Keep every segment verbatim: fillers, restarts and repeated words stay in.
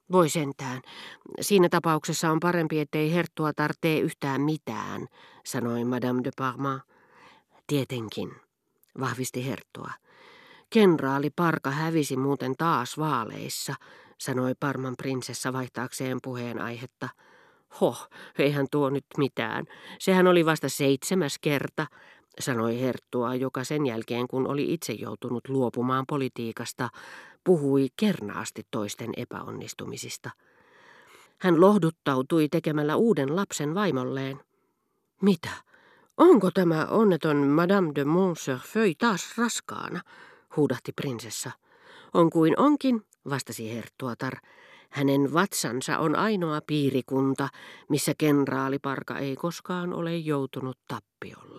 Voi sentään. Siinä tapauksessa on parempi, ettei herttua tee yhtään mitään, sanoi Madame de Parma. Tietenkin, vahvisti herttua. Kenraali Parka hävisi muuten taas vaaleissa, sanoi Parman prinsessa vaihtaakseen puheenaihetta. Hoh, eihän tuo nyt mitään. Sehän oli vasta seitsemäs kerta, sanoi herttua, joka sen jälkeen kun oli itse joutunut luopumaan politiikasta, puhui kernaasti toisten epäonnistumisista. Hän lohduttautui tekemällä uuden lapsen vaimolleen. Mitä? Onko tämä onneton Madame de Montserfeuille taas raskaana? Huudahti prinsessa. On kuin onkin, vastasi herttuatar. Hänen vatsansa on ainoa piirikunta, missä kenraali Parka ei koskaan ole joutunut tappiolle.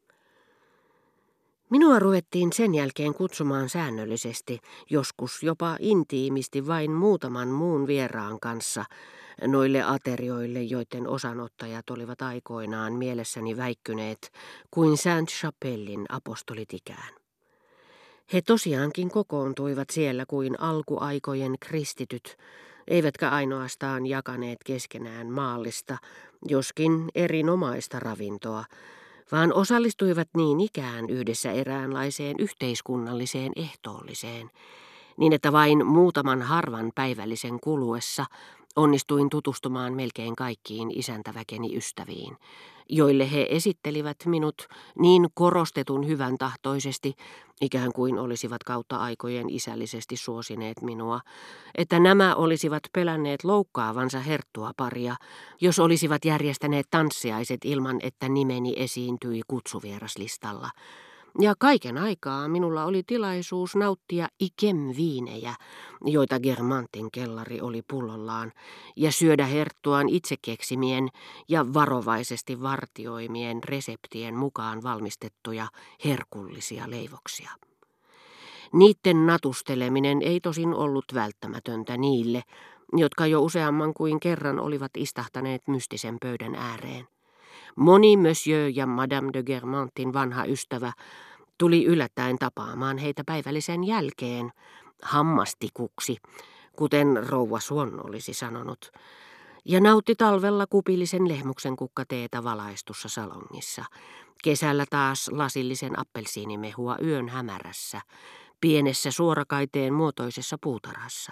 Minua ruvettiin sen jälkeen kutsumaan säännöllisesti, joskus jopa intiimisti vain muutaman muun vieraan kanssa, noille aterioille, joiden osanottajat olivat aikoinaan mielessäni väikkyneet kuin Saint-Chapellin apostolit ikään. He tosiaankin kokoontuivat siellä kuin alkuaikojen kristityt, eivätkä ainoastaan jakaneet keskenään maallista, joskin erinomaista ravintoa, vaan osallistuivat niin ikään yhdessä eräänlaiseen yhteiskunnalliseen ehtoolliseen, niin että vain muutaman harvan päivällisen kuluessa onnistuin tutustumaan melkein kaikkiin isäntäväkeni ystäviin, joille he esittelivät minut niin korostetun hyvän tahtoisesti, ikään kuin olisivat kautta aikojen isällisesti suosineet minua, että nämä olisivat pelänneet loukkaavansa herttuaparia, jos olisivat järjestäneet tanssiaiset ilman, että nimeni esiintyi kutsuvieraslistalla. Ja kaiken aikaa minulla oli tilaisuus nauttia ikem-viinejä, joita Germantin kellari oli pullollaan, ja syödä herttuan itse keksimien ja varovaisesti vartioimien reseptien mukaan valmistettuja herkullisia leivoksia. Niitten natusteleminen ei tosin ollut välttämätöntä niille, jotka jo useamman kuin kerran olivat istahtaneet mystisen pöydän ääreen. Moni Monsieur ja Madame de Germantin vanha ystävä tuli yllättäen tapaamaan heitä päivällisen jälkeen, hammastikuksi, kuten rouva Swan olisi sanonut, ja nautti talvella kupillisen lehmuksen kukkateetä valaistussa salongissa, kesällä taas lasillisen appelsiinimehua yön hämärässä, pienessä suorakaiteen muotoisessa puutarhassa.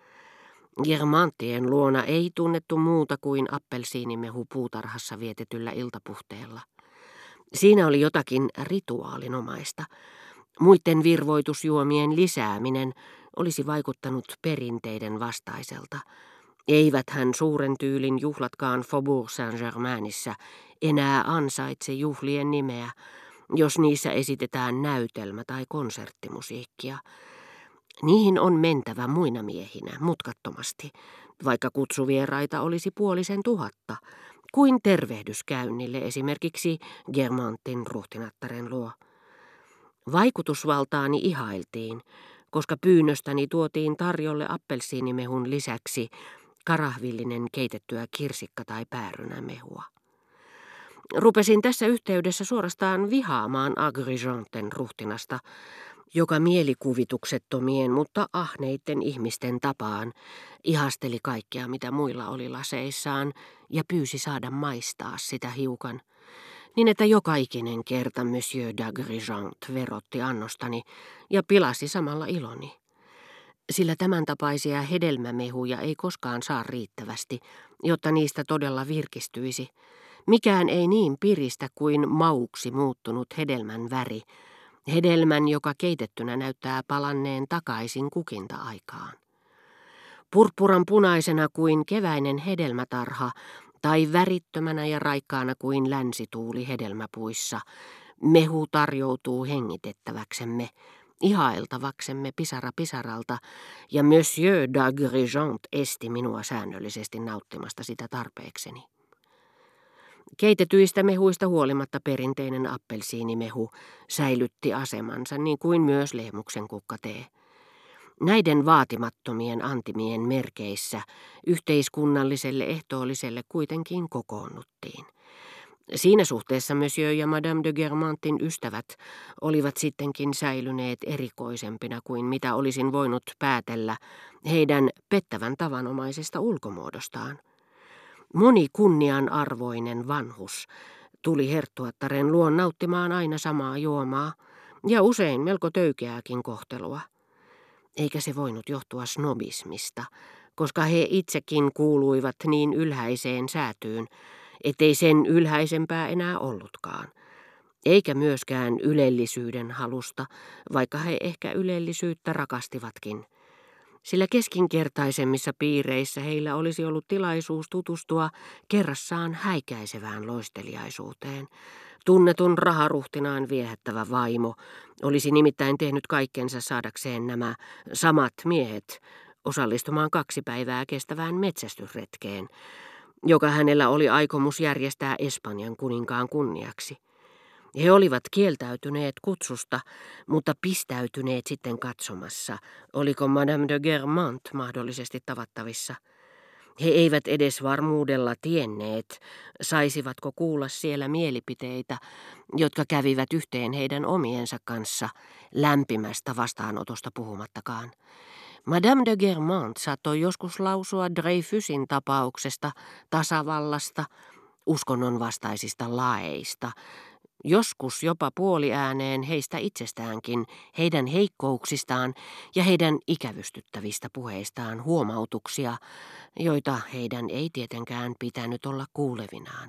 Germantien luona ei tunnettu muuta kuin appelsiinimehu puutarhassa vietetyllä iltapuhteella. Siinä oli jotakin rituaalinomaista. Muiden virvoitusjuomien lisääminen olisi vaikuttanut perinteiden vastaiselta. Eiväthän suuren tyylin juhlatkaan Faubourg Saint-Germainissa enää ansaitse juhlien nimeä, jos niissä esitetään näytelmä tai konserttimusiikkia. Niihin on mentävä muina miehinä, mutkattomasti, vaikka kutsuvieraita olisi puolisen tuhatta, kuin tervehdyskäynnille esimerkiksi Germantin ruhtinattaren luo. Vaikutusvaltaani ihailtiin, koska pyynnöstäni tuotiin tarjolle appelsiinimehun lisäksi karahvillinen keitettyä kirsikka- tai päärynämehua. Rupesin tässä yhteydessä suorastaan vihaamaan Agrigentin ruhtinasta, joka mielikuvituksettomien, mutta ahneitten ihmisten tapaan ihasteli kaikkea, mitä muilla oli laseissaan, ja pyysi saada maistaa sitä hiukan, niin että joka ikinen kerta Monsieur d'Agrigent verotti annostani ja pilasi samalla iloni. Sillä tämän tapaisia hedelmämehuja ei koskaan saa riittävästi, jotta niistä todella virkistyisi. Mikään ei niin piristä kuin mauksi muuttunut hedelmän väri, hedelmän, joka keitettynä näyttää palanneen takaisin kukinta-aikaan. Purppuran punaisena kuin keväinen hedelmätarha tai värittömänä ja raikkaana kuin länsituuli hedelmäpuissa, mehu tarjoutuu hengitettäväksemme, ihailtavaksemme pisara pisaralta, ja Monsieur d'Agrigent esti minua säännöllisesti nauttimasta sitä tarpeekseni. Keitetyistä mehuista huolimatta perinteinen appelsiinimehu säilytti asemansa, niin kuin myös lehmuksen kukkatee. Näiden vaatimattomien antimien merkeissä yhteiskunnalliselle ehtoolliselle kuitenkin kokoonnuttiin. Siinä suhteessa Monsieur ja Madame de Guermantin ystävät olivat sittenkin säilyneet erikoisempina kuin mitä olisin voinut päätellä heidän pettävän tavanomaisesta ulkomuodostaan. Moni kunnianarvoinen vanhus tuli herttuattaren luon nauttimaan aina samaa juomaa ja usein melko töykeääkin kohtelua. Eikä se voinut johtua snobismista, koska he itsekin kuuluivat niin ylhäiseen säätyyn, ettei sen ylhäisempää enää ollutkaan. Eikä myöskään ylellisyyden halusta, vaikka he ehkä ylellisyyttä rakastivatkin. Sillä keskinkertaisemmissa piireissä heillä olisi ollut tilaisuus tutustua kerrassaan häikäisevään loisteliaisuuteen. Tunnetun raharuhtinaan viehättävä vaimo olisi nimittäin tehnyt kaikkensa saadakseen nämä samat miehet osallistumaan kaksi päivää kestävään metsästysretkeen, joka hänellä oli aikomus järjestää Espanjan kuninkaan kunniaksi. He olivat kieltäytyneet kutsusta, mutta pistäytyneet sitten katsomassa, oliko Madame de Guermantes mahdollisesti tavattavissa. He eivät edes varmuudella tienneet, saisivatko kuulla siellä mielipiteitä, jotka kävivät yhteen heidän omiensa kanssa, lämpimästä vastaanotosta puhumattakaan. Madame de Guermantes saattoi joskus lausua Dreyfusin tapauksesta, tasavallasta, uskonnon vastaisista laeista, joskus jopa puoliääneen heistä itsestäänkin, heidän heikkouksistaan ja heidän ikävystyttävistä puheistaan huomautuksia, joita heidän ei tietenkään pitänyt olla kuulevinaan.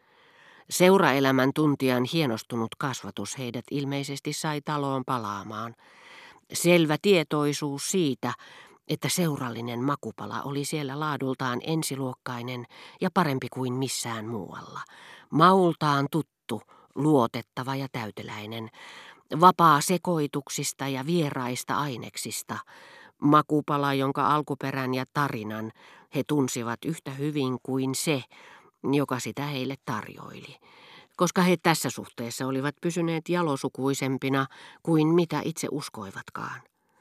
Seuraelämän tuntijan hienostunut kasvatus heidät ilmeisesti sai taloon palaamaan. Selvä tietoisuus siitä, että seurallinen makupala oli siellä laadultaan ensiluokkainen ja parempi kuin missään muualla. Maultaan tuttu, luotettava ja täyteläinen, vapaa sekoituksista ja vieraista aineksista, makupala, jonka alkuperän ja tarinan he tunsivat yhtä hyvin kuin se, joka sitä heille tarjoili, koska he tässä suhteessa olivat pysyneet jalosukuisempina kuin mitä itse uskoivatkaan.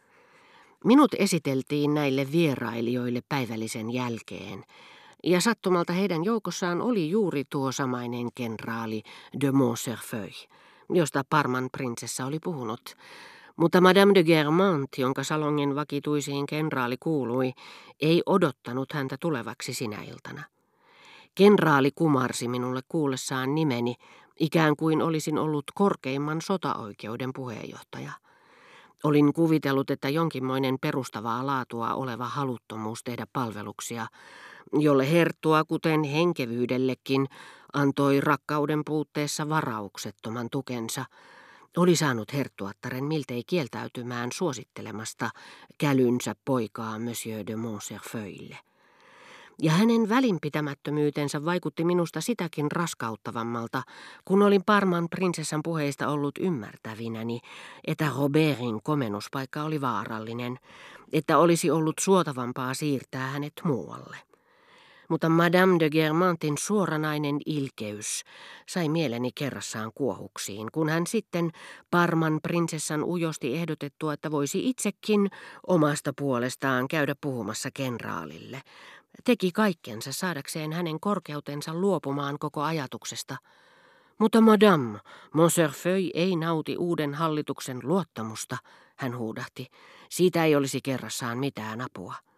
Minut esiteltiin näille vierailijoille päivällisen jälkeen, ja sattumalta heidän joukossaan oli juuri tuo samainen kenraali de Montcerfeuil, josta Parman prinsessa oli puhunut. Mutta Madame de Guermantes, jonka salongin vakituisiin kenraali kuului, ei odottanut häntä tulevaksi sinä iltana. Kenraali kumarsi minulle kuullessaan nimeni, ikään kuin olisin ollut korkeimman sotaoikeuden puheenjohtaja. Olin kuvitellut, että jonkinmoinen perustavaa laatua oleva haluttomuus tehdä palveluksia, jolle herttua kuten henkevyydellekin antoi rakkauden puutteessa varauksettoman tukensa, oli saanut herttuattaren miltei kieltäytymään suosittelemasta kälynsä poikaa Monsieur de Montcerfeuille. Ja hänen välinpitämättömyytensä vaikutti minusta sitäkin raskauttavammalta, kun olin Parman prinsessan puheista ollut ymmärtävinäni, että Robertin komennuspaikka oli vaarallinen, että olisi ollut suotavampaa siirtää hänet muualle. Mutta Madame de Guermantin suoranainen ilkeys sai mieleni kerrassaan kuohuksiin, kun hän sitten Parman prinsessan ujosti ehdotettua, että voisi itsekin omasta puolestaan käydä puhumassa kenraalille. Teki kaikkensa saadakseen hänen korkeutensa luopumaan koko ajatuksesta. Mutta Madame, Montcerfeuil ei nauti uuden hallituksen luottamusta, hän huudahti. Siitä ei olisi kerrassaan mitään apua.